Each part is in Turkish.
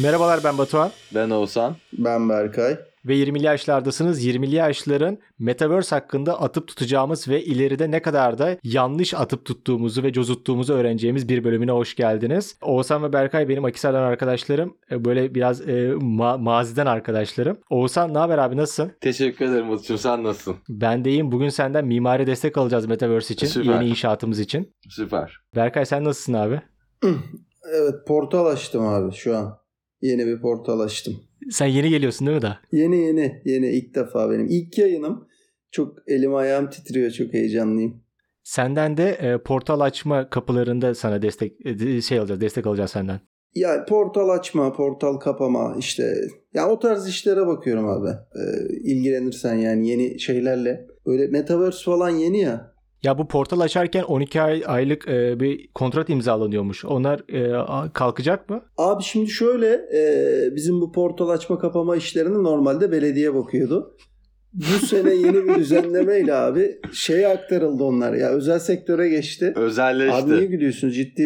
Merhabalar, ben Batuhan. Ben Oğuzhan. Ben Berkay. Ve 20'li yaşlardasınız. 20'li yaşların Metaverse hakkında atıp tutacağımız ve ileride ne kadar da yanlış atıp tuttuğumuzu ve cozuttuğumuzu öğreneceğimiz bir bölümüne hoş geldiniz. Oğuzhan ve Berkay benim Akhisar'dan arkadaşlarım. Böyle biraz maziden arkadaşlarım. Oğuzhan ne haber abi, nasılsın? Teşekkür ederim Batucuğum, sen nasılsın? Ben de iyiyim. Bugün senden mimari destek alacağız Metaverse için. Süper. Yeni inşaatımız için. Süper. Berkay sen nasılsın abi? Evet, portal açtım abi şu an. Yeni bir portal açtım. Sen yeni geliyorsun değil mi daha? Yeni ilk defa benim. İlk yayınım. Çok elim ayağım titriyor, çok heyecanlıyım. Senden de portal açma kapılarında sana destek alacağız senden. Ya portal açma, portal kapama işte. Ya o tarz işlere bakıyorum abi. İlgilenirsen yani yeni şeylerle. Böyle Metaverse falan yeni ya. Ya bu portal açarken 12 aylık bir kontrat imzalanıyormuş. Onlar kalkacak mı? Abi şimdi şöyle, bizim bu portal açma kapama işlerine normalde belediye bakıyordu. Bu sene yeni bir düzenlemeyle abi şeye aktarıldı onlar. Ya özel sektöre geçti. Özelleşti. Abi niye gülüyorsunuz? Ciddi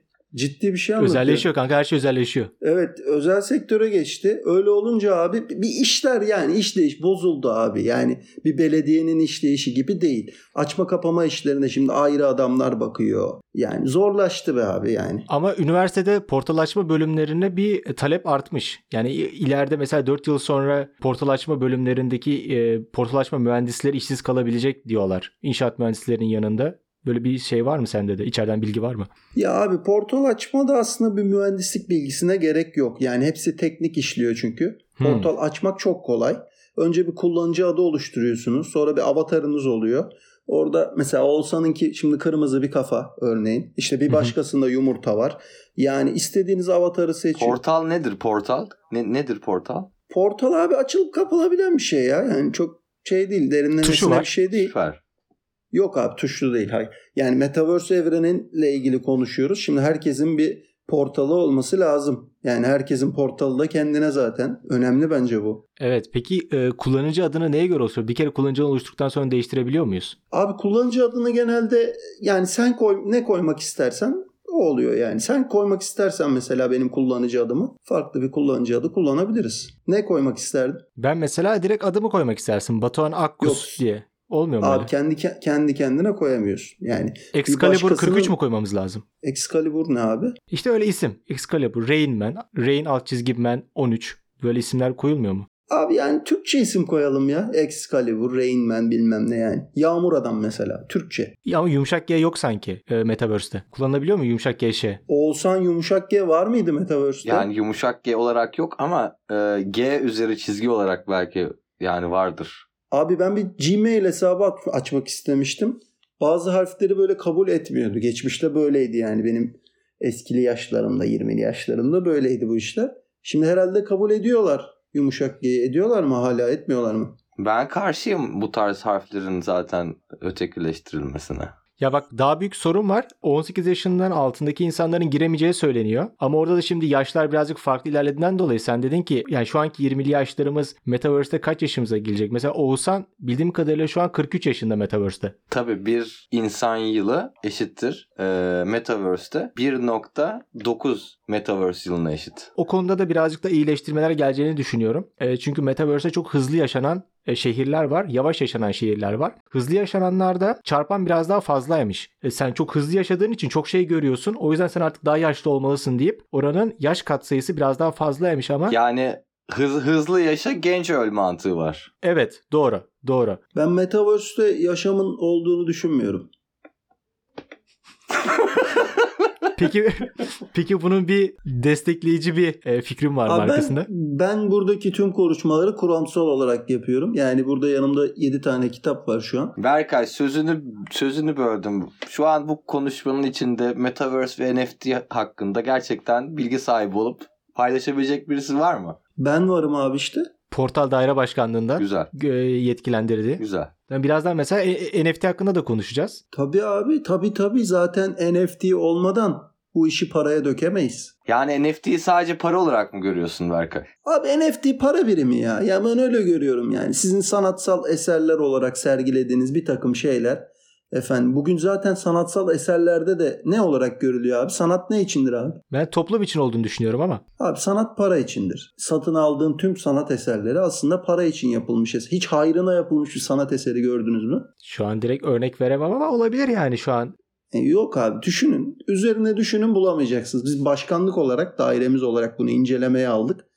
bir şey anlatıyorum. Özelleşiyor kanka, her şey özelleşiyor. Evet, özel sektöre geçti. Öyle olunca abi bir işler, yani işleyiş bozuldu abi. Yani bir belediyenin işleyişi gibi değil. Açma kapama işlerine şimdi ayrı adamlar bakıyor. Yani zorlaştı be abi yani. Ama üniversitede portal açma bölümlerine bir talep artmış. Yani ileride mesela 4 yıl sonra portal açma bölümlerindeki portal açma mühendisleri işsiz kalabilecek diyorlar. İnşaat mühendislerinin yanında. Böyle bir şey var mı sende de? İçeriden bilgi var mı? Ya abi portal açma da aslında bir mühendislik bilgisine gerek yok. Yani hepsi teknik işliyor çünkü. Portal açmak çok kolay. Önce bir kullanıcı adı oluşturuyorsunuz. Sonra bir avatarınız oluyor. Orada mesela Oğuzhan'ınki şimdi kırmızı bir kafa örneğin. İşte bir başkasında yumurta var. Yani istediğiniz avatarı seçiyor. Portal nedir portal? Nedir portal? Portal abi açılıp kapılabilen bir şey ya. Yani çok şey değil, derinlemesine bir şey değil. Süper. Yok abi, tuşlu değil. Hayır. Yani Metaverse evreninle ilgili konuşuyoruz. Şimdi herkesin bir portalı olması lazım. Yani herkesin portalı da kendine zaten. Önemli bence bu. Evet. Peki kullanıcı adını neye göre oluşturuyor? Bir kere kullanıcı adını oluşturduktan sonra değiştirebiliyor muyuz? Abi kullanıcı adını genelde yani sen ne koymak istersen o oluyor yani. Sen koymak istersen mesela benim kullanıcı adımı, farklı bir kullanıcı adı kullanabiliriz. Ne koymak isterdin? Ben mesela direkt adımı koymak istersin. Batuhan Akkus diye. Olmuyor mu abi öyle? kendi kendine koyamıyorsun. Yani Excalibur 43 mu koymamız lazım? Excalibur ne abi? İşte öyle isim. Excalibur, Rain Man, Rain _Man 13. Böyle isimler koyulmuyor mu? Abi yani Türkçe isim koyalım ya. Excalibur, Rain Man bilmem ne yani. Yağmur Adam mesela. Türkçe. Ya ama yumuşak G yok sanki Metaverse'te. Kullanılabiliyor mu yumuşak G şey? Oğuzhan yumuşak G var mıydı Metaverse'te? Yani yumuşak G olarak yok ama G üzeri çizgi olarak belki yani vardır. Abi ben bir Gmail hesabı açmak istemiştim. Bazı harfleri böyle kabul etmiyordu. Geçmişte böyleydi yani, benim eskili yaşlarımda, 20'li yaşlarımda böyleydi bu işler. Şimdi herhalde kabul ediyorlar. Yumuşak G ediyorlar mı, hala etmiyorlar mı? Ben karşıyım bu tarz harflerin zaten ötekileştirilmesine. Ya bak, daha büyük sorun var. 18 yaşından altındaki insanların giremeyeceği söyleniyor. Ama orada da şimdi yaşlar birazcık farklı ilerlediğinden dolayı sen dedin ki yani şu anki 20'li yaşlarımız Metaverse'te kaç yaşımıza gelecek? Mesela Oğuzhan bildiğim kadarıyla şu an 43 yaşında Metaverse'te. Tabii bir insan yılı eşittir Metaverse'te 1.9 Metaverse yılına eşit. O konuda da birazcık da iyileştirmeler geleceğini düşünüyorum. Çünkü Metaverse'te çok hızlı yaşanan şehirler var. Yavaş yaşanan şehirler var. Hızlı yaşananlarda çarpan biraz daha fazlaymış. Sen çok hızlı yaşadığın için çok şey görüyorsun. O yüzden sen artık daha yaşlı olmalısın deyip oranın yaş katsayısı biraz daha fazlaymış ama. Yani hızlı yaşa genç öl mantığı var. Evet, doğru. Ben Metaverse'te yaşamın olduğunu düşünmüyorum. Peki bunun bir destekleyici bir fikrim var mı arkasında? Ben buradaki tüm konuşmaları kuramsal olarak yapıyorum. Yani burada yanımda 7 tane kitap var şu an. Berkay sözünü böldüm. Şu an bu konuşmanın içinde Metaverse ve NFT hakkında gerçekten bilgi sahibi olup paylaşabilecek birisi var mı? Ben varım abi işte. Portal Daire Başkanlığı'ndan Güzel. Yetkilendirdi. Güzel. Yani birazdan mesela NFT hakkında da konuşacağız. Tabii abi, tabii zaten NFT olmadan bu işi paraya dökemeyiz. Yani NFT'yi sadece para olarak mı görüyorsun Berkay? Abi NFT para birimi ya. Ya ben öyle görüyorum yani. Sizin sanatsal eserler olarak sergilediğiniz bir takım şeyler Efendim bugün zaten sanatsal eserlerde de ne olarak görülüyor abi? Sanat ne içindir abi? Ben toplum için olduğunu düşünüyorum ama. Abi sanat para içindir. Satın aldığın tüm sanat eserleri aslında para için yapılmış eser. Hiç hayrına yapılmış bir sanat eseri gördünüz mü? Şu an direkt örnek veremem ama olabilir yani şu an. Yok abi düşünün. Üzerine düşünün bulamayacaksınız. Biz başkanlık olarak, dairemiz olarak bunu incelemeye aldık.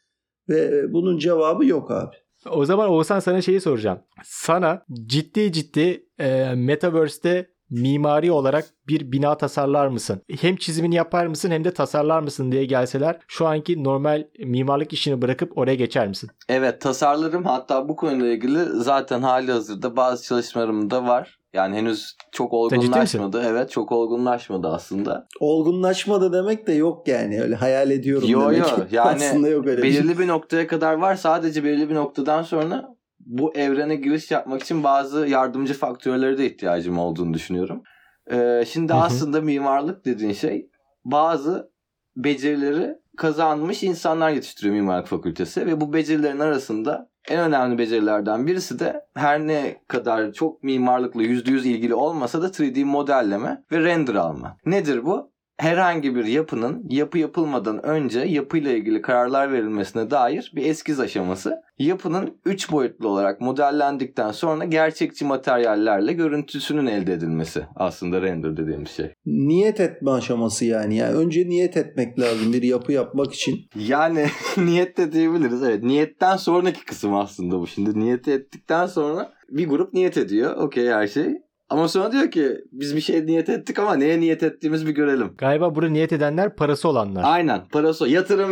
Ve bunun cevabı yok abi. O zaman Oğuzhan sana şeyi soracağım. Sana ciddi Metaverse'te mimari olarak bir bina tasarlar mısın? Hem çizimini yapar mısın hem de tasarlar mısın diye gelseler şu anki normal mimarlık işini bırakıp oraya geçer misin? Evet, tasarlarım. Hatta bu konuyla ilgili zaten hali hazırda bazı çalışmalarım da var. Yani henüz çok olgunlaşmadı. Evet, çok olgunlaşmadı aslında. Olgunlaşmadı demek de yok yani. Öyle hayal ediyorum demek. Yani aslında yok öyle belirli bir noktaya kadar var. Sadece belirli bir noktadan sonra bu evrene giriş yapmak için bazı yardımcı faktörlere de ihtiyacım olduğunu düşünüyorum. Şimdi aslında mimarlık dediğin şey bazı becerileri kazanmış insanlar yetiştiriyor mimarlık fakültesi ve bu becerilerin arasında en önemli becerilerden birisi de her ne kadar çok mimarlıkla %100 ilgili olmasa da 3D modelleme ve render alma. Nedir bu? Herhangi bir yapının yapı yapılmadan önce yapıyla ilgili kararlar verilmesine dair bir eskiz aşaması. Yapının 3 boyutlu olarak modellendikten sonra gerçekçi materyallerle görüntüsünün elde edilmesi aslında render dediğimiz şey. Niyet etme aşaması yani. Yani önce niyet etmek lazım bir yapı yapmak için. Yani niyet de diyebiliriz. Evet, niyetten sonraki kısım aslında bu. Şimdi niyet ettikten sonra bir grup niyet ediyor. Okey her şey. Ama sonra diyor ki biz bir şey niyet ettik ama neye niyet ettiğimizi bir görelim. Galiba burada niyet edenler parası olanlar. Aynen, parası,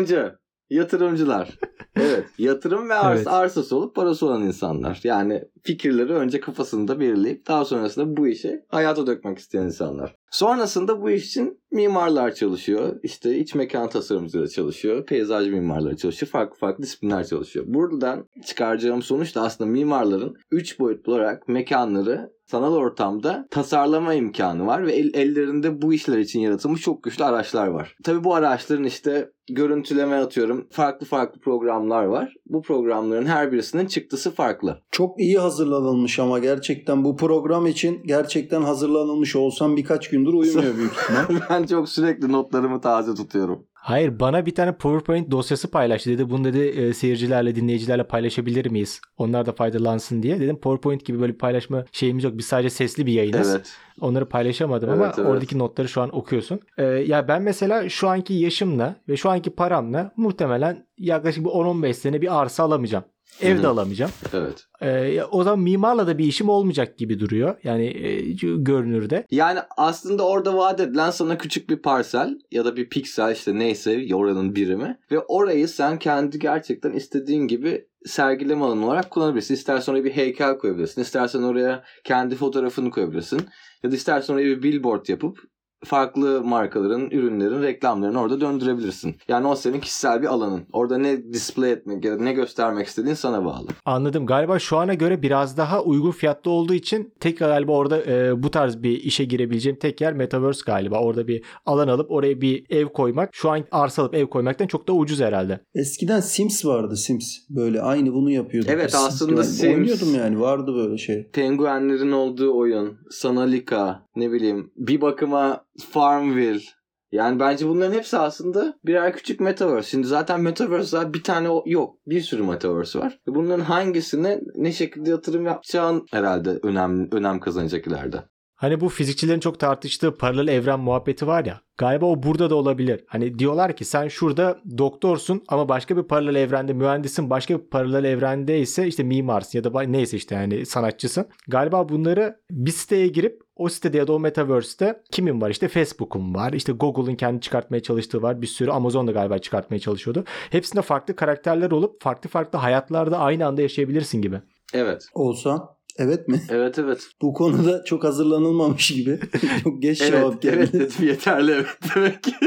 yatırımcılar. Evet, yatırım ve arsası olup parası olan insanlar. Yani fikirleri önce kafasında belirleyip daha sonrasında bu işi hayata dökmek isteyen insanlar. Sonrasında bu iş için mimarlar çalışıyor. İşte iç mekan tasarımcıları çalışıyor. Peyzaj mimarları çalışıyor. Farklı disiplinler çalışıyor. Buradan çıkaracağım sonuç da aslında mimarların 3 boyutlu olarak mekanları sanal ortamda tasarlama imkanı var ve ellerinde bu işler için yaratılmış çok güçlü araçlar var. Tabii bu araçların işte görüntüleme atıyorum farklı programlar var. Bu programların her birisinin çıktısı farklı. Çok iyi hazırlanılmış ama gerçekten bu program için gerçekten hazırlanılmış olsam birkaç gündür uyumuyor büyük ihtimal. Ben çok sürekli notlarımı taze tutuyorum. Hayır, bana bir tane PowerPoint dosyası paylaştı dedi. Bunu dedi seyircilerle, dinleyicilerle paylaşabilir miyiz? Onlar da faydalansın diye. Dedim PowerPoint gibi böyle bir paylaşma şeyimiz yok. Biz sadece sesli bir yayınız. Evet. Onları paylaşamadım ama oradaki notları şu an okuyorsun. Ya ben mesela şu anki yaşımla ve şu anki paramla muhtemelen yaklaşık bir 10-15 sene bir arsa alamayacağım. Evde alamayacağım. Evet. O zaman mimarla da bir işim olmayacak gibi duruyor. Yani görünürde. Yani aslında orada vaat edilen sana küçük bir parsel ya da bir piksel işte neyse oranın birimi ve orayı sen kendi gerçekten istediğin gibi sergileme alanı olarak kullanabilirsin. İstersen oraya bir heykel koyabilirsin. İstersen oraya kendi fotoğrafını koyabilirsin. Ya da istersen oraya bir billboard yapıp farklı markaların, ürünlerin reklamlarını orada döndürebilirsin. Yani o senin kişisel bir alanın. Orada ne display etmek ya da ne göstermek istediğin sana bağlı. Anladım. Galiba şu ana göre biraz daha uygun fiyatlı olduğu için tek galiba orada bu tarz bir işe girebileceğim tek yer Metaverse galiba. Orada bir alan alıp oraya bir ev koymak şu an arsa alıp ev koymaktan çok daha ucuz herhalde. Eskiden Sims vardı Sims. Böyle aynı bunu yapıyorduk. Evet aslında Sims. Oynuyordum yani vardı böyle şey. Penguenlerin olduğu oyun. Sanalika ne bileyim bir bakıma Farmville. Yani bence bunların hepsi aslında birer küçük metaverse. Şimdi zaten metaverse bir tane yok. Bir sürü metaverse var. Bunların hangisine ne şekilde yatırım yapacağın herhalde önem kazanacak ileride. Hani bu fizikçilerin çok tartıştığı paralel evren muhabbeti var ya. Galiba o burada da olabilir. Hani diyorlar ki sen şurada doktorsun ama başka bir paralel evrende mühendisin. Başka bir paralel evrende ise işte mimarsın ya da neyse işte yani sanatçısın. Galiba bunları bir siteye girip o sitede ya da o metaverse'te kimin var? İşte Facebook'un var. İşte Google'ın kendi çıkartmaya çalıştığı var. Bir sürü Amazon da galiba çıkartmaya çalışıyordu. Hepsinde farklı karakterler olup farklı hayatlarda aynı anda yaşayabilirsin gibi. Evet. Olsa evet mi? Evet. Bu konuda çok hazırlanılmamış gibi. Çok geç cevap geldi. Evet dedim yeterli evet demek ki.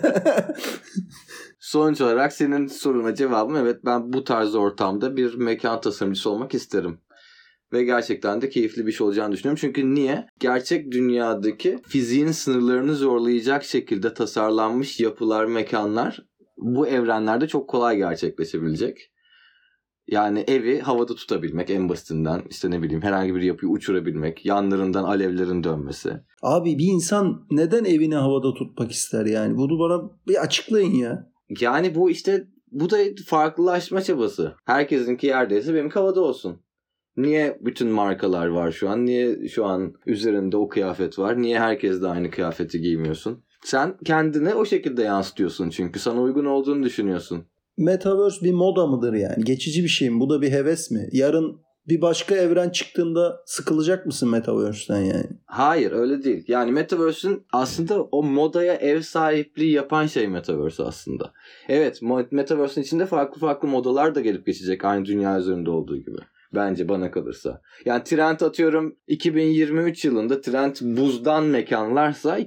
Sonuç olarak senin soruna cevabım evet ben bu tarz ortamda bir mekan tasarımcısı olmak isterim. Ve gerçekten de keyifli bir şey olacağını düşünüyorum. Çünkü niye? Gerçek dünyadaki fiziğin sınırlarını zorlayacak şekilde tasarlanmış yapılar, mekanlar bu evrenlerde çok kolay gerçekleşebilecek. Yani evi havada tutabilmek en basitinden. İşte ne bileyim herhangi bir yapıyı uçurabilmek. Yanlarından alevlerin dönmesi. Abi bir insan neden evini havada tutmak ister yani? Bunu bana bir açıklayın ya. Yani bu işte bu da farklılaşma çabası. Herkesinki yerdeyse benimki havada olsun. Niye bütün markalar var şu an? Niye şu an üzerinde o kıyafet var? Niye herkes de aynı kıyafeti giymiyorsun? Sen kendini o şekilde yansıtıyorsun çünkü sana uygun olduğunu düşünüyorsun. Metaverse bir moda mıdır yani? Geçici bir şey mi? Bu da bir heves mi? Yarın bir başka evren çıktığında sıkılacak mısın Metaverse'den yani? Hayır öyle değil. Yani Metaverse'ün aslında o modaya ev sahipliği yapan şey Metaverse aslında. Evet, Metaverse'ün içinde farklı farklı modalar da gelip geçecek aynı dünya üzerinde olduğu gibi. Bence bana kalırsa. Yani trend atıyorum 2023 yılında trend buzdan mekanlarsa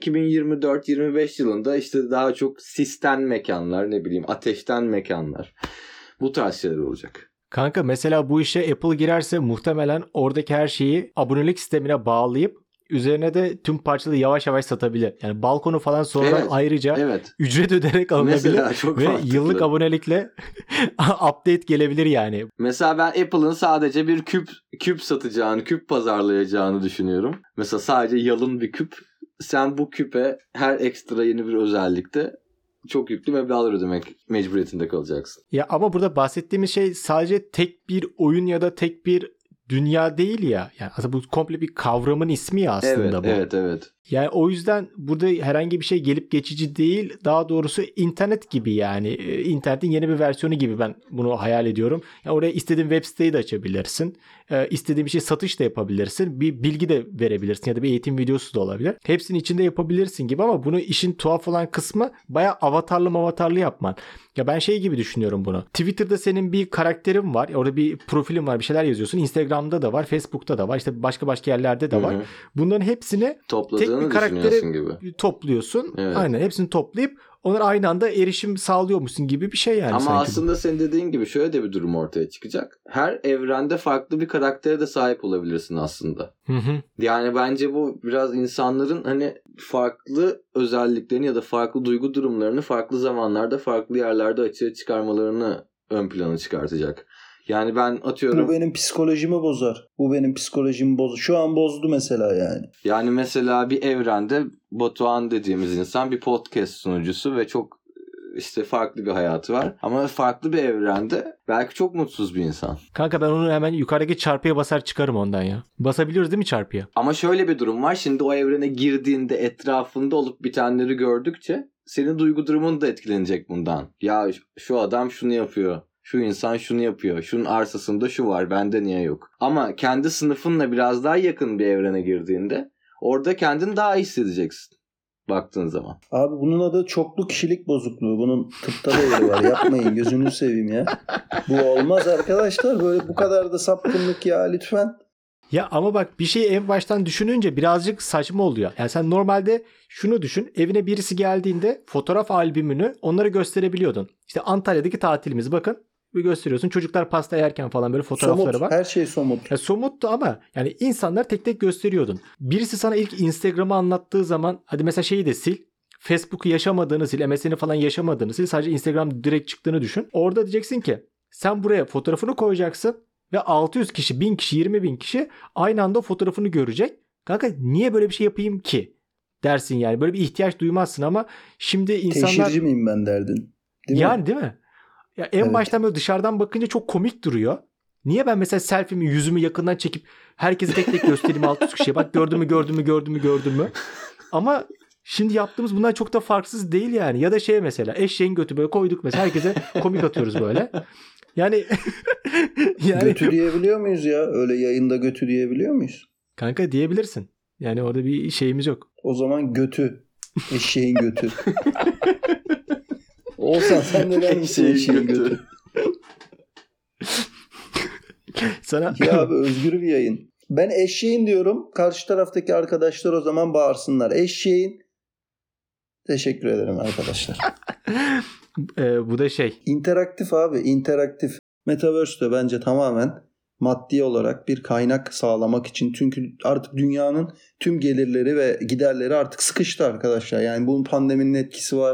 2024-25 yılında işte daha çok sisten mekanlar, ne bileyim ateşten mekanlar. Bu tarz şeyler olacak. Kanka mesela bu işe Apple girerse muhtemelen oradaki her şeyi abonelik sistemine bağlayıp üzerine de tüm parçaları yavaş yavaş satabilir. Yani balkonu falan sonradan ayrıca ücret öderek alınabilir ve yıllık abonelikle update gelebilir yani. Mesela ben Apple'ın sadece bir küp satacağını, küp pazarlayacağını düşünüyorum. Mesela sadece yalın bir küp. Sen bu küpe her ekstra yeni bir özellikte çok yüklü meblağlar ödemek mecburiyetinde kalacaksın. Ya ama burada bahsettiğimiz şey sadece tek bir oyun ya da tek bir dünya değil ya. Yani aslında bu komple bir kavramın ismi ya aslında bu. Evet. Yani o yüzden burada herhangi bir şey gelip geçici değil. Daha doğrusu internet gibi yani. İnternetin yeni bir versiyonu gibi ben bunu hayal ediyorum. Yani oraya istediğin web siteyi de açabilirsin. İstediğin bir şey satış da yapabilirsin. Bir bilgi de verebilirsin ya da bir eğitim videosu da olabilir. Hepsini içinde yapabilirsin gibi ama bunu işin tuhaf olan kısmı bayağı avatarlı yapman. Ya ben şey gibi düşünüyorum bunu. Twitter'da senin bir karakterin var. Orada bir profilin var. Bir şeyler yazıyorsun. Instagram'da da var. Facebook'ta da var. İşte başka yerlerde de var. Hı-hı. Bunların hepsini tek bir karaktere gibi topluyorsun. Evet. Aynen hepsini toplayıp onlara aynı anda erişim sağlıyormuşsun gibi bir şey yani. Ama aslında senin dediğin gibi şöyle de bir durum ortaya çıkacak. Her evrende farklı bir karaktere de sahip olabilirsin aslında. Hı. Yani bence bu biraz insanların hani farklı özelliklerini ya da farklı duygu durumlarını farklı zamanlarda farklı yerlerde açığa çıkarmalarını ön plana çıkartacak. Yani ben atıyorum... Bu benim psikolojimi bozar. Şu an bozdu mesela yani. Yani mesela bir evrende Batuhan dediğimiz insan bir podcast sunucusu ve çok işte farklı bir hayatı var. Ama farklı bir evrende belki çok mutsuz bir insan. Kanka ben onu hemen yukarıdaki çarpıya basar çıkarım ondan ya. Basabiliyoruz değil mi çarpıya? Ama şöyle bir durum var. Şimdi o evrene girdiğinde etrafında olup bitenleri gördükçe senin duygu durumun da etkilenecek bundan. Ya şu adam şunu yapıyor. Şu insan şunu yapıyor. Şunun arsasında şu var. Bende niye yok? Ama kendi sınıfınla biraz daha yakın bir evrene girdiğinde orada kendini daha iyi hissedeceksin. Baktığın zaman. Abi bunun adı çoklu kişilik bozukluğu. Bunun tıpta da yeri var. Yapmayın. Gözünü seveyim ya. Bu olmaz arkadaşlar. Böyle bu kadar da sapkınlık ya lütfen. Ya ama bak bir şeyi en baştan düşününce birazcık saçma oluyor. Yani sen normalde şunu düşün. Evine birisi geldiğinde fotoğraf albümünü onlara gösterebiliyordun. İşte Antalya'daki tatilimizi bakın. Bir gösteriyorsun. Çocuklar pasta yerken falan böyle fotoğrafları somut, var. Her şey somut. Somuttu ama yani insanlar tek tek gösteriyordun. Birisi sana ilk Instagram'ı anlattığı zaman hadi mesela şeyi de sil. Facebook'u yaşamadığını sil. MSN'i falan yaşamadığını sil. Sadece Instagram direkt çıktığını düşün. Orada diyeceksin ki sen buraya fotoğrafını koyacaksın ve 600 kişi, 1000 kişi, 20.000 kişi aynı anda fotoğrafını görecek. Kanka niye böyle bir şey yapayım ki dersin yani. Böyle bir ihtiyaç duymazsın ama şimdi insanlar... Teşhirci miyim ben derdin? Değil mi? Ya en baştan böyle dışarıdan bakınca çok komik duruyor. Niye ben mesela selfie'mi yüzümü yakından çekip herkese tek tek göstereyim 600 kişiye. Bak gördün mü? Ama şimdi yaptığımız bundan çok da farksız değil yani. Ya da şey mesela eşeğin götü böyle koyduk mesela herkese komik atıyoruz böyle. Yani götü diyebiliyor muyuz ya? Öyle yayında götü diyebiliyor muyuz? Kanka diyebilirsin. Yani orada bir şeyimiz yok. O zaman götü. Eşeğin götü. Olsan sen ne der misin eşeğin götü? Sana... Ya abi özgür bir yayın. Ben eşeğin diyorum. Karşı taraftaki arkadaşlar o zaman bağırsınlar. Eşeğin. Teşekkür ederim arkadaşlar. Bu da şey. İnteraktif abi. İnteraktif. Metaverse de bence tamamen maddi olarak bir kaynak sağlamak için. Çünkü artık dünyanın tüm gelirleri ve giderleri artık sıkıştı arkadaşlar. Yani bunun pandeminin etkisi var.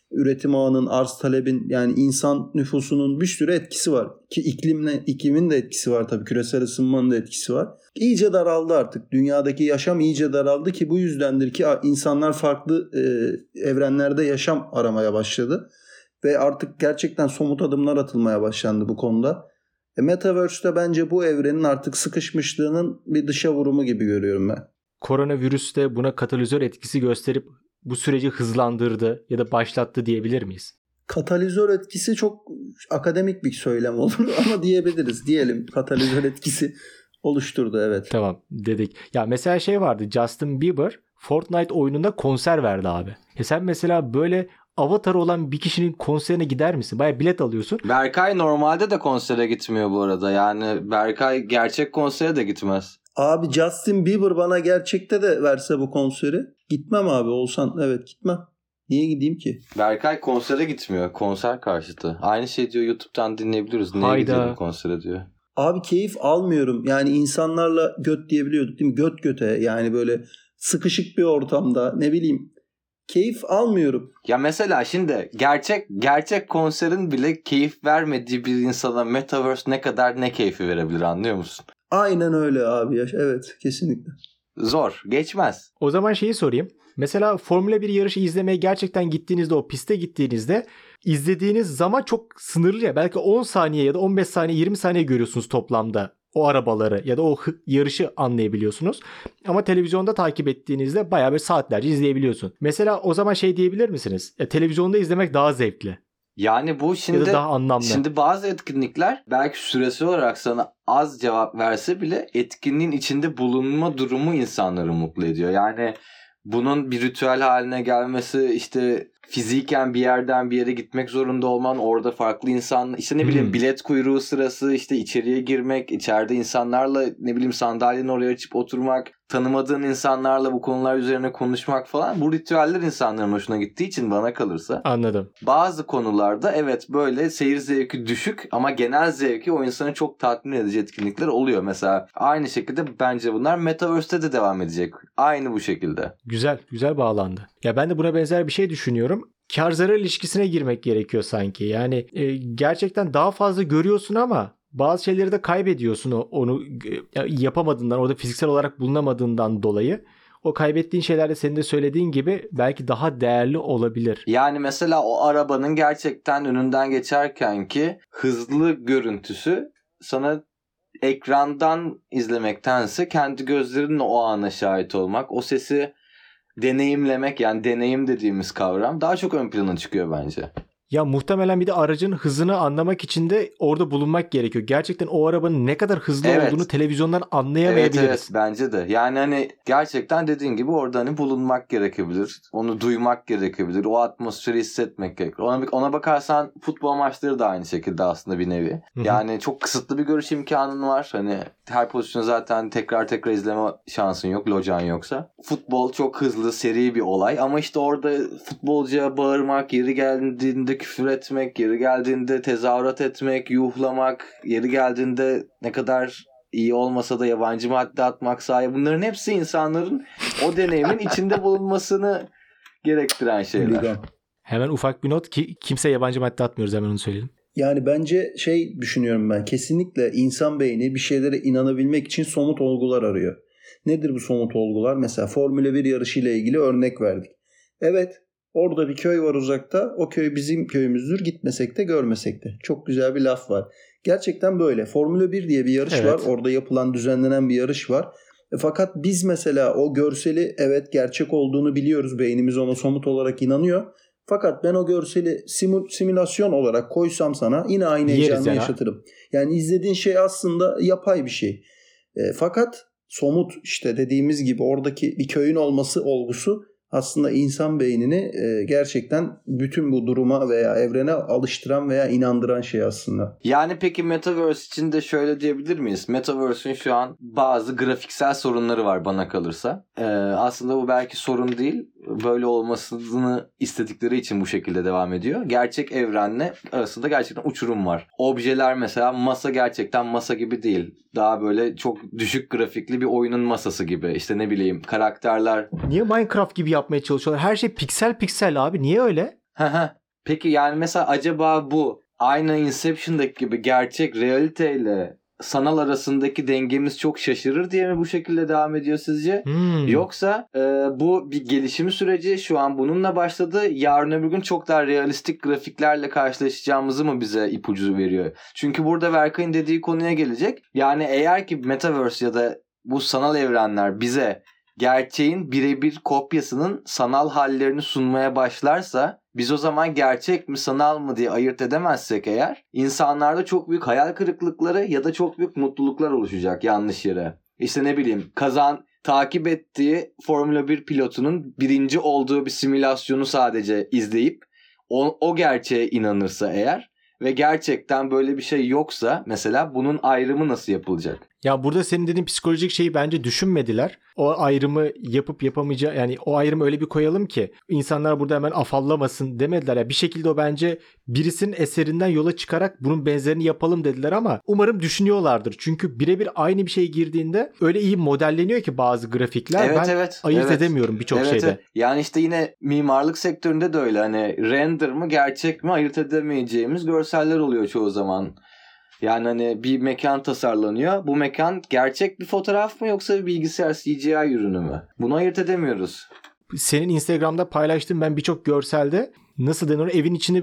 üretim ağının, arz talebin, yani insan nüfusunun bir sürü etkisi var. Ki iklimin de etkisi var tabii. Küresel ısınmanın da etkisi var. İyice daraldı artık. Dünyadaki yaşam iyice daraldı ki bu yüzdendir ki insanlar farklı evrenlerde yaşam aramaya başladı. Ve artık gerçekten somut adımlar atılmaya başlandı bu konuda. Metaverse'de bence bu evrenin artık sıkışmışlığının bir dışa vurumu gibi görüyorum ben. Koronavirüs de buna katalizör etkisi gösterip bu süreci hızlandırdı ya da başlattı diyebilir miyiz? Katalizör etkisi çok akademik bir söylem olur ama diyebiliriz. Diyelim katalizör etkisi oluşturdu, evet. Tamam dedik. Ya mesela şey vardı, Justin Bieber Fortnite oyununda konser verdi abi. Sen mesela böyle avatarı olan bir kişinin konserine gider misin? Bayağı bilet alıyorsun. Berkay normalde de konsere gitmiyor bu arada. Yani Berkay gerçek konsere de gitmez. Abi Justin Bieber bana gerçekte de verse bu konseri gitmem abi, olsan evet gitmem. Niye gideyim ki? Berkay konsere gitmiyor. Konser karşıtı. Aynı şey diyor, YouTube'dan dinleyebiliyoruz. Niye gidelim konsere diyor. Abi keyif almıyorum. Yani insanlarla göt diyebiliyorduk değil mi? Göt göte, yani böyle sıkışık bir ortamda, ne bileyim. Keyif almıyorum. Ya mesela şimdi gerçek konserin bile keyif vermediği bir insana Metaverse ne keyfi verebilir, anlıyor musun? Aynen öyle abi. Evet, kesinlikle. Zor. Geçmez. O zaman şeyi sorayım. Mesela Formula 1 yarışı izlemeye gerçekten gittiğinizde, o piste gittiğinizde izlediğiniz zaman çok sınırlı ya. Belki 10 saniye ya da 15 saniye 20 saniye görüyorsunuz toplamda o arabaları ya da o yarışı anlayabiliyorsunuz. Ama televizyonda takip ettiğinizde bayağı bir saatlerce izleyebiliyorsun. Mesela o zaman şey diyebilir misiniz? Televizyonda izlemek daha zevkli. Yani bu şimdi, ya da daha anlamlı. Şimdi bazı etkinlikler belki süresel olarak sana az cevap verse bile etkinliğin içinde bulunma durumu insanları mutlu ediyor. Yani bunun bir ritüel haline gelmesi, işte fiziken bir yerden bir yere gitmek zorunda olman, orada farklı insan, işte ne bileyim bilet kuyruğu sırası, işte içeriye girmek, içeride insanlarla ne bileyim sandalyeni oraya açıp oturmak, tanımadığın insanlarla bu konular üzerine konuşmak falan, bu ritüeller insanların hoşuna gittiği için bana kalırsa. Anladım. Bazı konularda evet böyle seyir zevki düşük ama genel zevki o insanı çok tatmin edici etkinlikler oluyor. Mesela aynı şekilde bence bunlar Metaverse'te de devam edecek. Aynı bu şekilde. Güzel bağlandı. Ya ben de buna benzer bir şey düşünüyorum. Kar zarar ilişkisine girmek gerekiyor sanki. Yani gerçekten daha fazla görüyorsun ama bazı şeyleri de kaybediyorsun onu yapamadığından, orada fiziksel olarak bulunamadığından dolayı. O kaybettiğin şeyler de senin de söylediğin gibi belki daha değerli olabilir. Yani mesela o arabanın gerçekten önünden geçerken ki hızlı görüntüsü sana ekrandan izlemektense kendi gözlerinle o ana şahit olmak, o sesi deneyimlemek, yani deneyim dediğimiz kavram daha çok ön plana çıkıyor bence. Ya muhtemelen bir de aracın hızını anlamak için de orada bulunmak gerekiyor. Gerçekten o arabanın ne kadar hızlı olduğunu televizyondan anlayamayabiliriz. Evet bence de. Yani hani gerçekten dediğin gibi orada hani bulunmak gerekebilir. Onu duymak gerekebilir. O atmosferi hissetmek gerekir. Ona bakarsan futbol maçları da aynı şekilde aslında bir nevi. Yani çok kısıtlı bir görüş imkanın var. Hani her pozisyonu zaten tekrar izleme şansın yok. Locan yoksa. Futbol çok hızlı, seri bir olay. Ama işte orada futbolcuya bağırmak, yeri geldiğinde küfür etmek, yeri geldiğinde tezahürat etmek, yuhlamak, yeri geldiğinde ne kadar iyi olmasa da yabancı madde atmak sahaya, bunların hepsi insanların o deneyimin içinde bulunmasını gerektiren şeyler. Hemen ufak bir not ki kimse yabancı madde atmıyoruz, hemen onu söyleyelim. Yani bence düşünüyorum ben, kesinlikle insan beyni bir şeylere inanabilmek için somut olgular arıyor. Nedir bu somut olgular? Mesela Formula 1 yarışıyla ilgili örnek verdik. Evet, orada bir köy var uzakta. O köy bizim köyümüzdür. Gitmesek de görmesek de. Çok güzel bir laf var. Gerçekten böyle. Formula 1 diye bir yarış var. Orada yapılan, düzenlenen bir yarış var. Fakat biz mesela o görseli, evet gerçek olduğunu biliyoruz. Beynimiz ona somut olarak inanıyor. Fakat ben o görseli simülasyon olarak koysam sana yine aynı heyecanı yaşatırım. Yani izlediğin şey aslında yapay bir şey. Fakat somut, işte dediğimiz gibi oradaki bir köyün olması olgusu aslında insan beynini gerçekten bütün bu duruma veya evrene alıştıran veya inandıran şey aslında. Yani peki Metaverse için de şöyle diyebilir miyiz? Metaverse'ün şu an bazı grafiksel sorunları var bana kalırsa. Aslında bu belki sorun değil. Böyle olmasını istedikleri için bu şekilde devam ediyor. Gerçek evrenle arasında gerçekten uçurum var. Objeler mesela, masa gerçekten masa gibi değil. Daha böyle çok düşük grafikli bir oyunun masası gibi. İşte ne bileyim karakterler. Niye Minecraft gibi yapmaya çalışıyorlar? Her şey piksel piksel abi. Niye öyle? Peki yani mesela acaba bu aynı Inception'daki gibi gerçek realiteyle sanal arasındaki dengemiz çok şaşırır diye mi bu şekilde devam ediyor sizce? Yoksa bu bir gelişim süreci, şu an bununla başladı, yarın öbür gün çok daha realistik grafiklerle karşılaşacağımızı mı bize ipucu veriyor? Çünkü burada Berkay'ın dediği konuya gelecek. Yani eğer ki Metaverse ya da bu sanal evrenler bize gerçeğin birebir kopyasının sanal hallerini sunmaya başlarsa, biz o zaman gerçek mi sanal mı diye ayırt edemezsek eğer, insanlarda çok büyük hayal kırıklıkları ya da çok büyük mutluluklar oluşacak yanlış yere. İşte ne bileyim, takip ettiği Formula 1 pilotunun birinci olduğu bir simülasyonu sadece izleyip o gerçeğe inanırsa eğer ve gerçekten böyle bir şey yoksa mesela, bunun ayrımı nasıl yapılacak? Ya burada senin dediğin psikolojik şeyi bence düşünmediler. O ayrımı yapıp yapamayacağı, yani o ayrımı öyle bir koyalım ki insanlar burada hemen afallamasın demediler. Ya bir şekilde o bence birisinin eserinden yola çıkarak bunun benzerini yapalım dediler ama umarım düşünüyorlardır. Çünkü birebir aynı bir şey girdiğinde öyle iyi modelleniyor ki bazı grafikler, ayırt edemiyorum birçok şeyde. Evet. Yani işte yine mimarlık sektöründe de öyle, hani render mı gerçek mi ayırt edemeyeceğimiz görseller oluyor çoğu zaman. Yani hani bir mekan tasarlanıyor. Bu mekan gerçek bir fotoğraf mı yoksa bir bilgisayar CGI ürünü mü? Bunu ayırt edemiyoruz. Senin Instagram'da paylaştığın ben birçok görselde nasıl denir, evin içine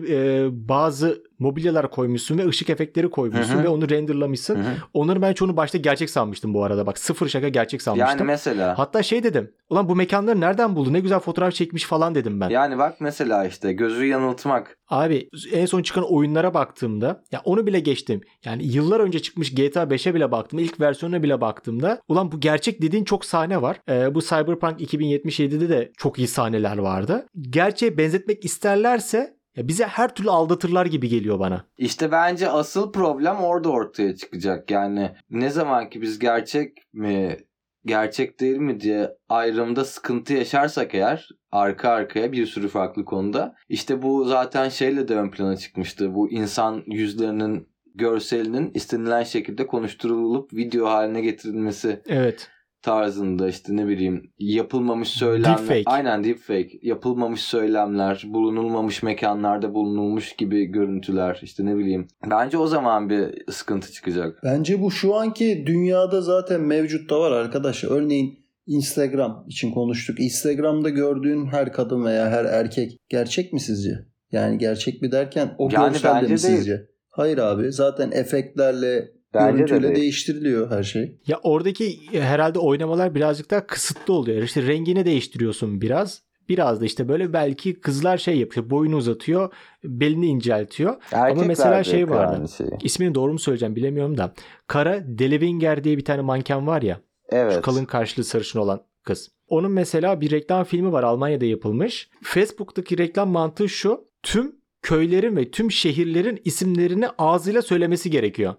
bazı mobilyalar koymuşsun ve ışık efektleri koymuşsun ve onu renderlamışsın. Onları ben çoğunu başta gerçek sanmıştım bu arada. Bak, sıfır şaka, gerçek sanmıştım. Yani mesela. Hatta şey dedim. Ulan bu mekanları nereden buldu? Ne güzel fotoğraf çekmiş falan dedim ben. Yani bak mesela işte gözü yanıltmak. Abi en son çıkan oyunlara baktığımda, ya onu bile geçtim. Yani yıllar önce çıkmış GTA 5'e bile baktım. İlk versiyonuna bile baktığımda ulan bu gerçek dediğin çok sahne var. Bu Cyberpunk 2077'de de çok iyi sahneler vardı. Gerçeğe benzetmek isterlerse ya bize her türlü aldatırlar gibi geliyor bana. İşte bence asıl problem orada ortaya çıkacak. Yani ne zaman ki biz gerçek mi, gerçek değil mi diye ayrımda sıkıntı yaşarsak eğer, arka arkaya bir sürü farklı konuda, işte bu zaten şeyle de ön plana çıkmıştı. Bu insan yüzlerinin görselinin istenilen şekilde konuşturulup video haline getirilmesi. Evet. Tarzında, işte ne bileyim, yapılmamış söylemler. Deepfake. Aynen, deepfake. Yapılmamış söylemler, bulunulmamış mekanlarda bulunulmuş gibi görüntüler, işte ne bileyim. Bence o zaman bir sıkıntı çıkacak. Bence bu şu anki dünyada zaten mevcut da var arkadaşlar. Örneğin Instagram için konuştuk. Instagram'da gördüğün her kadın veya her erkek gerçek mi sizce? Yani gerçek mi derken o yani görsel de mi sizce? Değil. Hayır abi, zaten efektlerle, görüntüyle değiştiriliyor her şey. Ya oradaki herhalde oynamalar birazcık daha kısıtlı oluyor. İşte rengini değiştiriyorsun biraz. Biraz da işte böyle belki kızlar şey yapıyor. Boyunu uzatıyor. Belini inceltiyor. Erkekler ama mesela şey vardı. Şey. İsmini doğru mu söyleyeceğim bilemiyorum da. Kara Delevingne diye bir tane manken var ya. Evet. Şu kalın kaşlı sarışın olan kız. Onun mesela bir reklam filmi var. Almanya'da yapılmış. Facebook'taki reklam mantığı şu. Tüm köylerin ve tüm şehirlerin isimlerini ağzıyla söylemesi gerekiyor.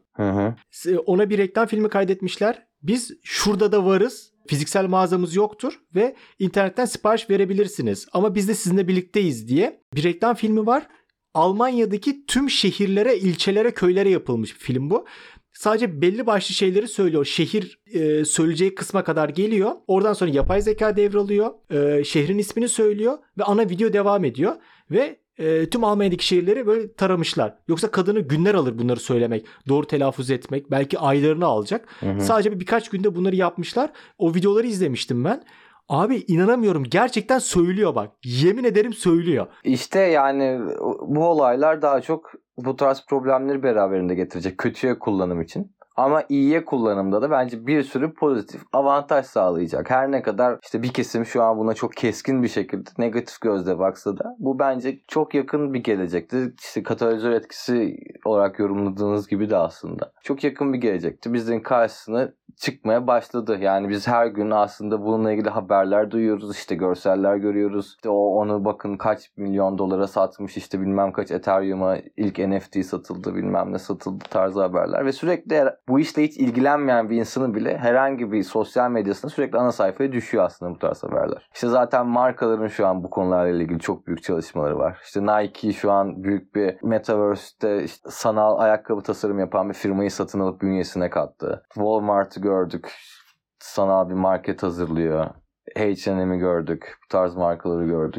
Ona bir reklam filmi kaydetmişler. Biz şurada da varız. Fiziksel mağazamız yoktur ve internetten sipariş verebilirsiniz. Ama biz de sizinle birlikteyiz diye bir reklam filmi var. Almanya'daki tüm şehirlere, ilçelere, köylere yapılmış bir film bu. Sadece belli başlı şeyleri söylüyor. Şehir söyleyeceği kısma kadar geliyor. Oradan sonra yapay zeka devralıyor. Şehrin ismini söylüyor ve ana video devam ediyor. Ve tüm Almanya'daki şehirleri böyle taramışlar. Yoksa kadını günler alır bunları söylemek, doğru telaffuz etmek, belki aylarını alacak. Sadece birkaç günde bunları yapmışlar. O videoları izlemiştim ben. Abi inanamıyorum, gerçekten söylüyor bak. Yemin ederim söylüyor. İşte yani bu olaylar daha çok bu tarz problemleri beraberinde getirecek kötüye kullanım için. Ama iyiye kullanımda da bence bir sürü pozitif avantaj sağlayacak. Her ne kadar işte bir kesim şu an buna çok keskin bir şekilde negatif gözle baksa da, bu bence çok yakın bir gelecekti. İşte katalizör etkisi olarak yorumladığınız gibi de aslında çok yakın bir gelecekti. Bizlerin karşısına çıkmaya başladı. Yani biz her gün aslında bununla ilgili haberler duyuyoruz. İşte görseller görüyoruz. İşte onu bakın kaç milyon dolara satmış, işte bilmem kaç Ethereum'a ilk NFT satıldı, bilmem ne satıldı tarzı haberler. Ve sürekli bu işle hiç ilgilenmeyen bir insanın bile herhangi bir sosyal medyasında sürekli ana sayfaya düşüyor aslında bu tarz haberler. İşte zaten markaların şu an bu konularla ilgili çok büyük çalışmaları var. İşte Nike şu an büyük bir Metaverse'te işte sanal ayakkabı tasarım yapan bir firmayı satın alıp bünyesine kattı. Walmart'ı gördük. Sanal bir market hazırlıyor. H&M'i gördük. Bu tarz markaları gördük.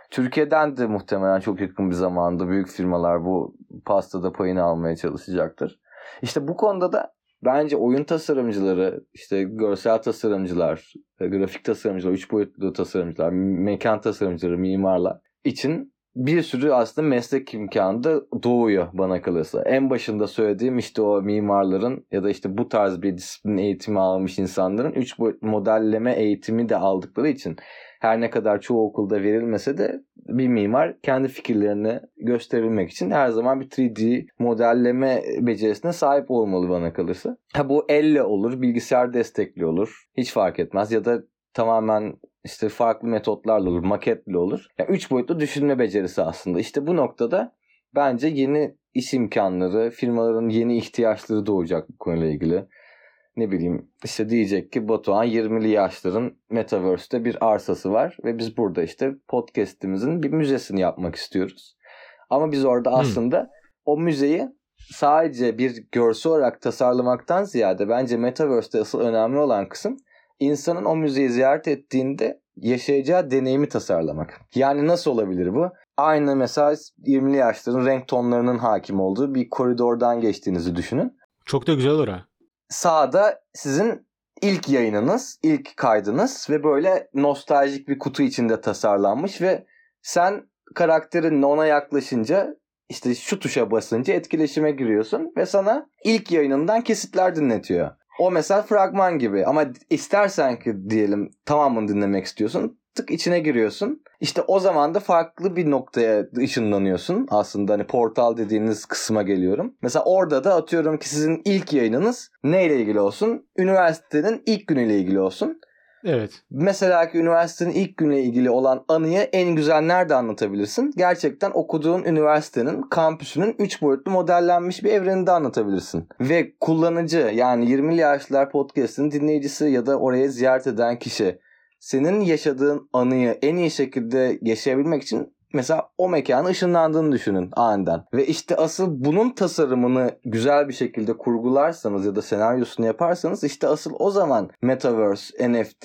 Türkiye'den de muhtemelen çok yakın bir zamanda büyük firmalar bu pastada payını almaya çalışacaktır. İşte bu konuda da bence oyun tasarımcıları, işte görsel tasarımcılar, grafik tasarımcılar, 3 boyutlu tasarımcılar, mekan tasarımcıları, mimarlar için bir sürü aslında meslek imkanı da doğuyor bana kalırsa. En başında söylediğim işte o mimarların ya da işte bu tarz bir disiplin eğitimi almış insanların 3 boyutlu modelleme eğitimi de aldıkları için her ne kadar çoğu okulda verilmese de bir mimar kendi fikirlerini gösterebilmek için her zaman bir 3D modelleme becerisine sahip olmalı bana kalırsa. Bu elle olur, bilgisayar destekli olur. Hiç fark etmez ya da tamamen işte farklı metotlarla olur, maketle olur. Yani 3 boyutlu düşünme becerisi aslında. İşte bu noktada bence yeni iş imkanları, firmaların yeni ihtiyaçları doğacak bu konuyla ilgili. Ne bileyim işte diyecek ki Batuhan 20'li yaşların Metaverse'te bir arsası var ve biz burada işte podcast'imizin bir müzesini yapmak istiyoruz. Ama biz orada aslında o müzeyi sadece bir görsel olarak tasarlamaktan ziyade bence Metaverse'te asıl önemli olan kısım insanın o müzeyi ziyaret ettiğinde yaşayacağı deneyimi tasarlamak. Yani nasıl olabilir bu? Aynı mesela 20'li yaşların renk tonlarının hakim olduğu bir koridordan geçtiğinizi düşünün. Çok da güzel olur ha. Sağda sizin ilk yayınınız, ilk kaydınız ve böyle nostaljik bir kutu içinde tasarlanmış ve sen karakterinle ona yaklaşınca işte şu tuşa basınca etkileşime giriyorsun ve sana ilk yayınından kesitler dinletiyor. O mesela fragman gibi ama istersen ki diyelim tamamını dinlemek istiyorsun. Tık içine giriyorsun. İşte o zaman da farklı bir noktaya ışınlanıyorsun. Aslında hani portal dediğiniz kısma geliyorum. Mesela orada da atıyorum ki sizin ilk yayınınız neyle ilgili olsun? Üniversitenin ilk günüyle ilgili olsun. Evet. Mesela ki üniversitenin ilk günüyle ilgili olan anıyı en güzel nerede anlatabilirsin? Gerçekten okuduğun üniversitenin kampüsünün 3 boyutlu modellenmiş bir evreninde anlatabilirsin. Ve kullanıcı yani 20'li yaşlılar podcast'ın dinleyicisi ya da oraya ziyaret eden kişi senin yaşadığın anıyı en iyi şekilde yaşayabilmek için mesela o mekana ışınlandığını düşünün aniden. Ve işte asıl bunun tasarımını güzel bir şekilde kurgularsanız ya da senaryosunu yaparsanız işte asıl o zaman Metaverse, NFT,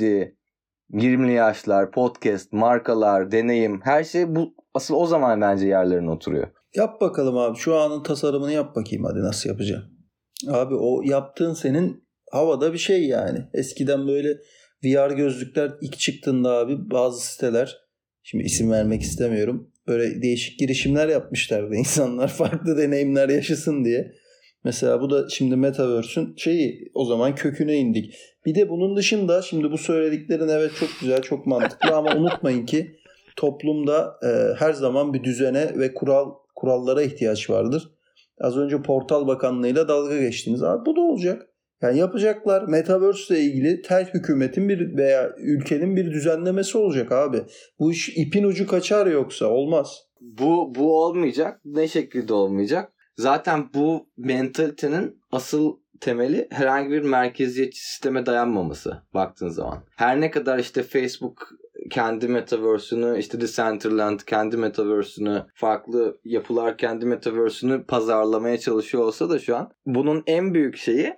20'li yaşlar, podcast, markalar, deneyim her şey bu asıl o zaman bence yerlerine oturuyor. Yap bakalım abi şu anın tasarımını yap bakayım hadi nasıl yapacaksın. Abi o yaptığın senin havada bir şey yani. Eskiden böyle VR gözlükler ilk çıktığında abi bazı siteler, şimdi isim vermek istemiyorum, böyle değişik girişimler yapmışlardı insanlar farklı deneyimler yaşasın diye. Mesela bu da şimdi Metaverse'ün şeyi, o zaman köküne indik. Bir de bunun dışında şimdi bu söylediklerin evet çok güzel, çok mantıklı ama unutmayın ki toplumda her zaman bir düzene ve kurallara ihtiyaç vardır. Az önce Portal Bakanlığı'yla dalga geçtiniz. Abi bu da olacak. Yani yapacaklar. Metaverse ile ilgili hükümetin bir veya ülkenin bir düzenlemesi olacak abi. Bu iş ipin ucu kaçar yoksa olmaz. Bu olmayacak. Ne şekilde olmayacak? Zaten bu mentalitenin asıl temeli herhangi bir merkeziyetçi sisteme dayanmaması baktığın zaman. Her ne kadar işte Facebook kendi metaverse'ünü, işte Decentraland kendi metaverse'ünü, farklı yapılar kendi metaverse'ünü pazarlamaya çalışıyor olsa da şu an bunun en büyük şeyi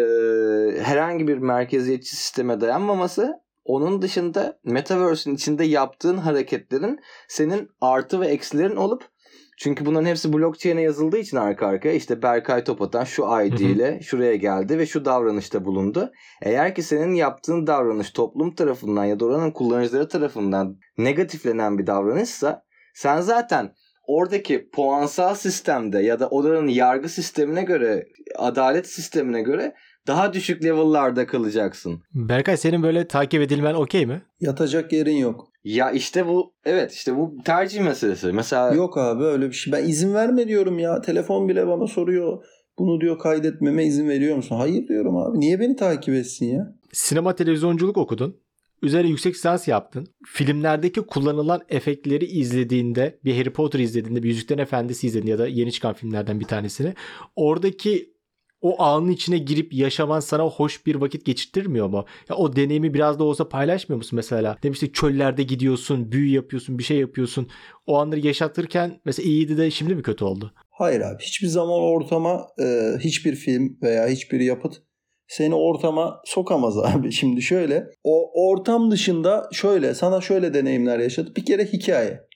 herhangi bir merkeziyetçi sisteme dayanmaması. Onun dışında metaverse'ün içinde yaptığın hareketlerin senin artı ve eksilerin olup, çünkü bunların hepsi blockchain'e yazıldığı için arka arkaya işte Berkay Topatan şu ID ile şuraya geldi ve şu davranışta bulundu. Eğer ki senin yaptığın davranış toplum tarafından ya da oranın kullanıcıları tarafından negatiflenen bir davranışsa sen zaten oradaki puansal sistemde ya da oranın yargı sistemine göre, adalet sistemine göre daha düşük level'larda kalacaksın. Berkay senin böyle takip edilmen okey mi? Yatacak yerin yok. Ya işte bu, evet işte bu tercih meselesi. Mesela yok abi öyle bir şey. Ben izin verme diyorum ya. Telefon bile bana soruyor. Bunu diyor kaydetmeme izin veriyor musun? Hayır diyorum abi. Niye beni takip etsin ya? Sinema televizyonculuk okudun. Üzerine yüksek lisans yaptın. Filmlerdeki kullanılan efektleri izlediğinde, bir Harry Potter izlediğinde, bir Yüzüklerin Efendisi izlediğinde ya da yeni çıkan filmlerden bir tanesini, oradaki o anın içine girip yaşaman sana hoş bir vakit geçirtmiyor mu? Ya o deneyimi biraz da olsa paylaşmıyor musun mesela? Demiştik çöllerde gidiyorsun, büyü yapıyorsun, bir şey yapıyorsun. O anları yaşatırken mesela iyiydi de şimdi mi kötü oldu? Hayır abi. Hiçbir zaman ortama hiçbir film veya hiçbir yapıt seni ortama sokamaz abi. Şimdi şöyle, o ortam dışında şöyle sana şöyle deneyimler yaşadı. Bir kere hikaye.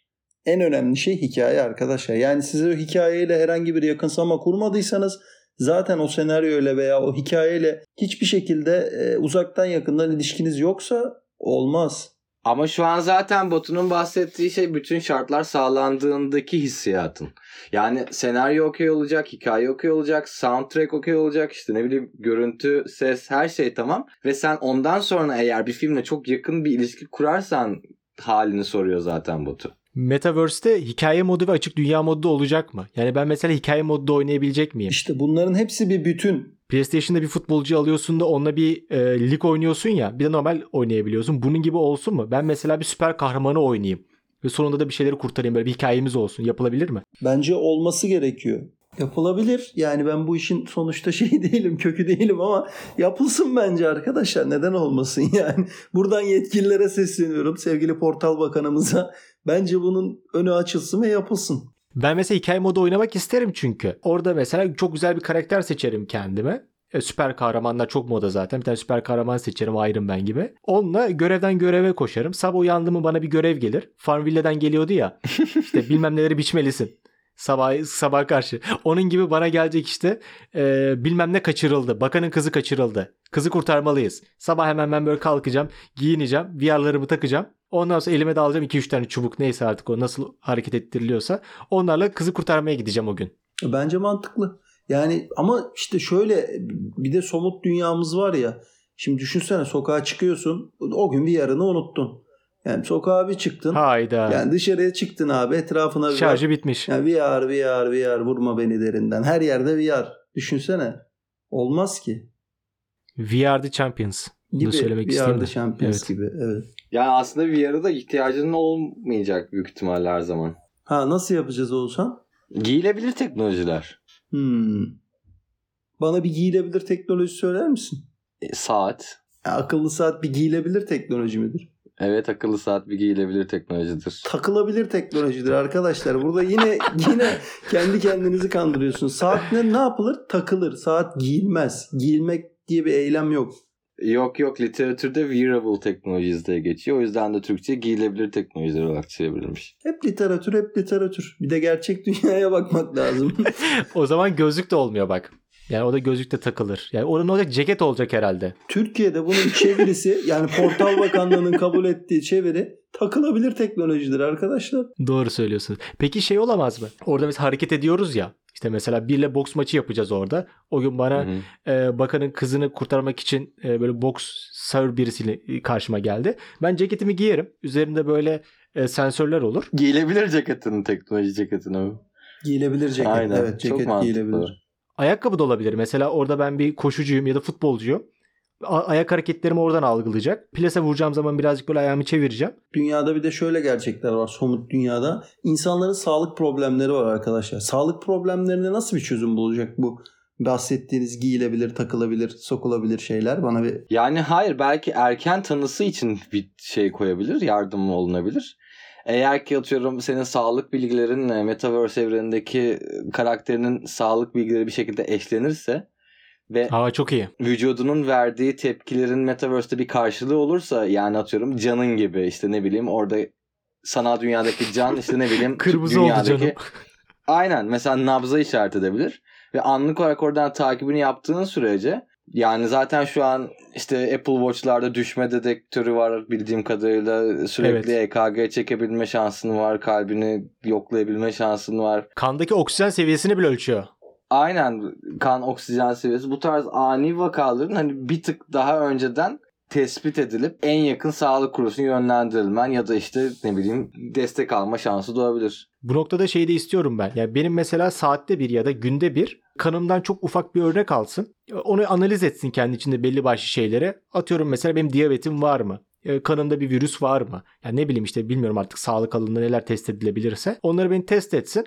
en önemli şey hikaye arkadaşlar. Yani size o hikayeyle herhangi bir yakınsama kurmadıysanız zaten o senaryoyla veya o hikayeyle hiçbir şekilde uzaktan yakından ilişkiniz yoksa olmaz. Ama şu an zaten Batu'nun bahsettiği şey bütün şartlar sağlandığındaki hissiyatın. Yani senaryo okey olacak, hikaye okey olacak, soundtrack okey olacak, işte ne bileyim görüntü, ses, her şey tamam. Ve sen ondan sonra eğer bir filmle çok yakın bir ilişki kurarsan halini soruyor zaten Batu. Metaverse'te hikaye modu ve açık dünya modu da olacak mı? Yani ben mesela hikaye modda oynayabilecek miyim? İşte bunların hepsi bir bütün. PlayStation'da bir futbolcu alıyorsun da onunla bir lig oynuyorsun ya. Bir de normal oynayabiliyorsun. Bunun gibi olsun mu? Ben mesela bir süper kahramanı oynayayım. Ve sonunda da bir şeyleri kurtarayım. Böyle bir hikayemiz olsun. Yapılabilir mi? Bence olması gerekiyor. Yapılabilir. Yani ben bu işin sonuçta değilim, kökü değilim ama yapılsın bence arkadaşlar. Neden olmasın yani? Buradan yetkililere sesleniyorum. Sevgili Portal Bakanımıza. Bence bunun önü açılsın ve yapılsın. Ben mesela hikaye modu oynamak isterim çünkü. Orada mesela çok güzel bir karakter seçerim kendime. Süper kahramanlar çok moda zaten. Bir tane süper kahraman seçerim Iron Man gibi. Onunla görevden göreve koşarım. Sabah uyandığımı bana bir görev gelir. Farmville'den geliyordu ya. İşte bilmem neleri biçmelisin. Sabah karşı. Onun gibi bana gelecek işte bilmem ne kaçırıldı. Bakanın kızı kaçırıldı. Kızı kurtarmalıyız. Sabah hemen ben böyle kalkacağım. Giyineceğim. VR'larımı takacağım. Ondan sonra elime de alacağım 2-3 tane çubuk. Neyse artık o nasıl hareket ettiriliyorsa. Onlarla kızı kurtarmaya gideceğim o gün. Bence mantıklı. Yani ama işte şöyle bir de somut dünyamız var ya. Şimdi düşünsene sokağa çıkıyorsun. O gün VR'ını unuttun. Yani sokağa bir çıktın. Hayda. Yani dışarıya çıktın abi etrafına bir şarjı bitmiş. Yani VR vurma beni derinden. Her yerde VR. Düşünsene. Olmaz ki. VR The Champions. Bunu söylemek istedim. VR The Champions evet. gibi. Evet. Yani aslında VR'a da ihtiyacın olmayacak büyük ihtimalle her zaman. Ha nasıl yapacağız Oğuzhan? Giyilebilir teknolojiler. Bana bir giyilebilir teknoloji söyler misin? Saat. Akıllı saat bir giyilebilir teknoloji midir? Evet, akıllı saat bir giyilebilir teknolojidir. Takılabilir teknolojidir arkadaşlar. Burada yine kendi kendinizi kandırıyorsunuz. Saat ne yapılır? Takılır. Saat giyilmez. Giyilmek diye bir eylem yok. Yok literatürde wearable technologies diye geçiyor. O yüzden de Türkçe giyilebilir teknolojiler olarak çevrilmiş. Hep literatür. Bir de gerçek dünyaya bakmak lazım. O zaman gözlük de olmuyor bak. Yani o da gözlükte takılır. Yani onun olacak ceket olacak herhalde. Türkiye'de bunun çevirisi yani Portal Bakanlığı'nın kabul ettiği çeviri takılabilir teknolojidir arkadaşlar. Doğru söylüyorsunuz. Peki şey olamaz mı? Orada mesela hareket ediyoruz ya. İşte mesela birle boks maçı yapacağız orada. O gün bana bakanın kızını kurtarmak için böyle boksör birisiyle karşıma geldi. Ben ceketimi giyerim. Üzerinde böyle sensörler olur. Giyilebilir ceketinin teknoloji ceketini mi? Giyilebilir ceket. Aynen. Evet ceket giyilebilir. Ayakkabı da olabilir. Mesela orada ben bir koşucuyum ya da futbolcuyum. Ayak hareketlerimi oradan algılayacak. Plase vuracağım zaman birazcık böyle ayağımı çevireceğim. Dünyada bir de şöyle gerçekler var somut dünyada. İnsanların sağlık problemleri var arkadaşlar. Sağlık problemlerine nasıl bir çözüm bulacak bu bahsettiğiniz giyilebilir, takılabilir, sokulabilir şeyler? Bana bir... Yani hayır, belki erken tanısı için bir şey koyabilir, yardım olunabilir. Eğer ki atıyorum senin sağlık bilgilerinle Metaverse evrenindeki karakterinin sağlık bilgileri bir şekilde eşlenirse ve çok iyi. vücudunun verdiği tepkilerin Metaverse'te bir karşılığı olursa, yani atıyorum canın gibi, işte ne bileyim orada sanal dünyadaki can, işte ne bileyim kırmızı dünyadaki... oldu canım. Aynen, mesela nabza işaret edebilir ve anlık olarak oradan takibini yaptığın sürece, yani zaten şu an işte Apple Watch'larda düşme dedektörü var bildiğim kadarıyla, sürekli EKG çekebilme şansın var, kalbini yoklayabilme şansın var. Kandaki oksijen seviyesini bile ölçüyor. Aynen, kan oksijen seviyesi, bu tarz ani vakaların hani bir tık daha önceden tespit edilip en yakın sağlık kuruluşuna yönlendirilmen ya da işte ne bileyim destek alma şansı doğabilir. Bu noktada şeyi de istiyorum ben. Yani benim mesela saatte bir ya da günde bir kanımdan çok ufak bir örnek alsın. Onu analiz etsin kendi içinde belli başlı şeyleri. Atıyorum mesela benim diyabetim var mı? Kanımda bir virüs var mı? Yani ne bileyim işte bilmiyorum artık sağlık alanında neler test edilebilirse. Onları beni test etsin.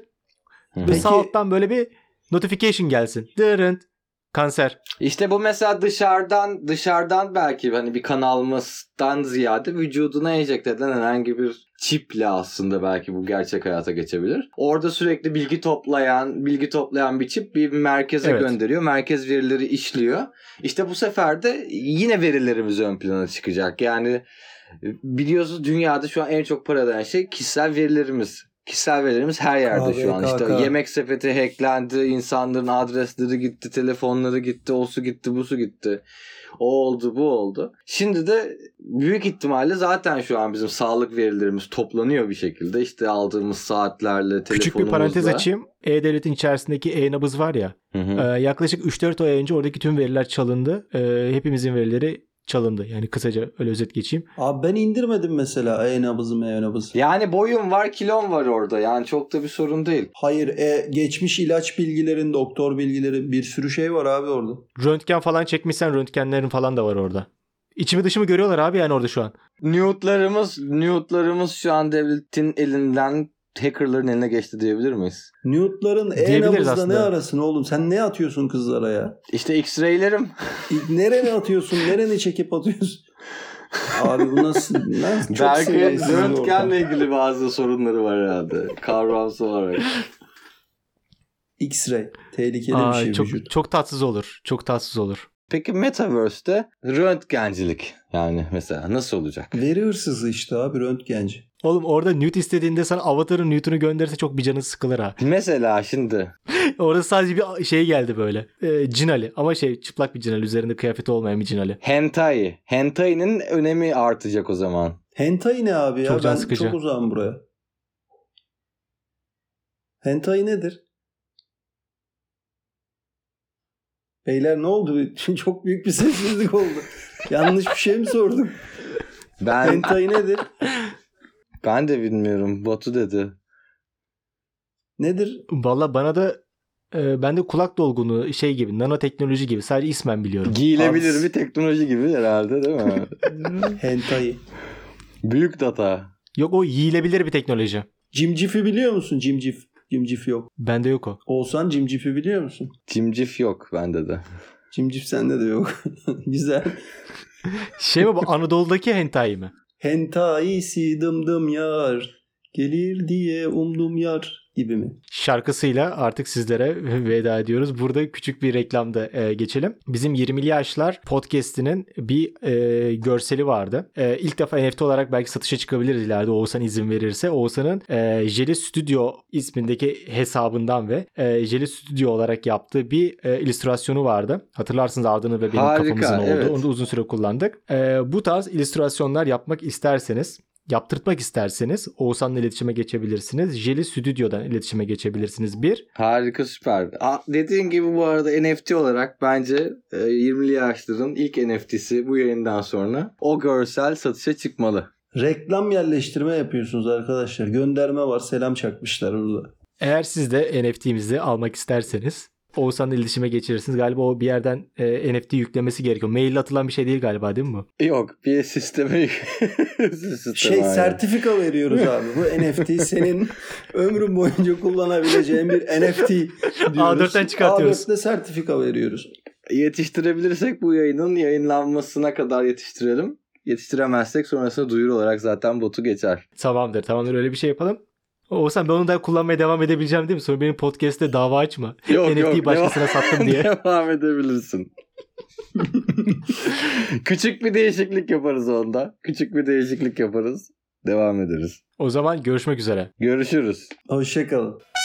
Ve sağ alttan böyle bir notification gelsin. Dırınt. Kanser. İşte bu mesela dışarıdan belki hani bir kan almasından ziyade vücuduna enjekte edilen herhangi bir çiple aslında belki bu gerçek hayata geçebilir. Orada sürekli bilgi toplayan bir çip bir merkeze gönderiyor. Merkez verileri işliyor. İşte bu sefer de yine verilerimiz ön plana çıkacak. Yani biliyorsunuz dünyada şu an en çok para eden şey kişisel verilerimiz. Kişisel verilerimiz her yerde şu an. İşte KVKK. yemek sepeti hacklendi, insanların adresleri gitti, telefonları gitti, o su gitti, bu su gitti. O oldu, bu oldu. Şimdi de büyük ihtimalle zaten şu an bizim sağlık verilerimiz toplanıyor bir şekilde. İşte aldığımız saatlerle, telefonumuzla. Küçük bir parantez açayım. E-Devlet'in içerisindeki e-nabız var ya. Yaklaşık 3-4 ay önce oradaki tüm veriler çalındı. Hepimizin verileri çalındı. Yani kısaca öyle özet geçeyim. Abi ben indirmedim mesela e-nabızı. Yani boyun var, kilon var orada. Yani çok da bir sorun değil. Hayır, geçmiş ilaç bilgilerin, doktor bilgileri, bir sürü şey var abi orada. Röntgen falan çekmişsen röntgenlerin falan da var orada. İçimi dışımı görüyorlar abi yani orada şu an. Nude'larımız şu an devletin elinden hackerların eline geçti diyebilir miyiz? Nude'ların e-nabızla ne arasın oğlum? Sen ne atıyorsun kızlara ya? İşte X-ray'lerim. Nerene atıyorsun? Nereni çekip atıyorsun? Abi bu nasıl çok Belki seviyesiz bir ortam. röntgenle ilgili bazı sorunları var herhalde. Kavramsal olarak. X-ray. Tehlikeli bir şey vücut. Çok tatsız olur. Çok tatsız olur. Peki Metaverse'te röntgencilik yani mesela nasıl olacak? Veri hırsızı işte abi, röntgenci. Oğlum orada nude istediğinde sana avatarın nude'unu gönderirse çok bir canın sıkılır ha. Mesela şimdi. Orada sadece bir şey geldi böyle. Cinali ama çıplak bir cinali. Üzerinde kıyafeti olmayan bir cinali. Hentai. Hentai'nin önemi artacak o zaman. Hentai ne abi ya? Çok can Ben sıkıcı. çok uzağım buraya. Hentai nedir? Beyler ne oldu? Çok büyük bir sessizlik oldu. Yanlış bir şey mi sordum? Hentai nedir? Ben de bilmiyorum. Batu dedi. Nedir? Valla bana da ben de kulak dolgunluğu gibi nanoteknoloji gibi sadece ismen biliyorum. Giyilebilir bir teknoloji gibi herhalde değil mi? Hentai. Büyük data. Yok, o yiyilebilir bir teknoloji. Cimcif'i biliyor musun? Cimcif yok. Bende yok o. Oğuzhan Cimcif'i biliyor musun? Cimcif yok bende de. Cimcif sende de yok. Güzel. Mi bu Anadolu'daki hentai mi? Hentaisi dım yar. Gelir diye umdum yar gibi mi? Şarkısıyla artık sizlere veda ediyoruz. Burada küçük bir reklamda geçelim. Bizim 20'li Yaşlar podcast'inin bir görseli vardı. İlk defa NFT olarak belki satışa çıkabilir ileride Oğuzhan izin verirse. Oğuzhan'ın Jelly Studio ismindeki hesabından ve Jelly Studio olarak yaptığı bir illüstrasyonu vardı. Hatırlarsınız Arda'nın ve benim kafamızın olduğu. Evet. Onu da uzun süre kullandık. Bu tarz illüstrasyonlar yapmak isterseniz, yaptırtmak isterseniz Oğuzhan'la iletişime geçebilirsiniz. Jelly Studio'dan iletişime geçebilirsiniz. Harika, süper. Dediğin gibi bu arada NFT olarak bence 20'li yaşların ilk NFT'si bu yayından sonra o görsel satışa çıkmalı. Reklam yerleştirme yapıyorsunuz arkadaşlar. Gönderme var. Selam çakmışlar orada. Eğer siz de NFT'mizi almak isterseniz Oğuzhan'la iletişime geçirirsiniz. Galiba o bir yerden NFT yüklemesi gerekiyor. Maille atılan bir şey değil galiba, değil mi bu? Yok, bir sisteme sertifika veriyoruz abi. Bu NFT senin ömrün boyunca kullanabileceğin bir NFT diyoruz. A4'ten çıkartıyoruz. A4'te sertifika veriyoruz. Yetiştirebilirsek bu yayının yayınlanmasına kadar yetiştirelim. Yetiştiremezsek sonrasında duyuru olarak zaten botu geçer. Tamamdır, öyle bir şey yapalım. Oğuzhan, ben onu da kullanmaya devam edebileceğim değil mi? Sonra benim podcast'te dava açma. NFT'yi başkasına sattım diye. Devam edebilirsin. Küçük bir değişiklik yaparız onda. Devam ederiz. O zaman görüşmek üzere. Görüşürüz. Hoşçakalın.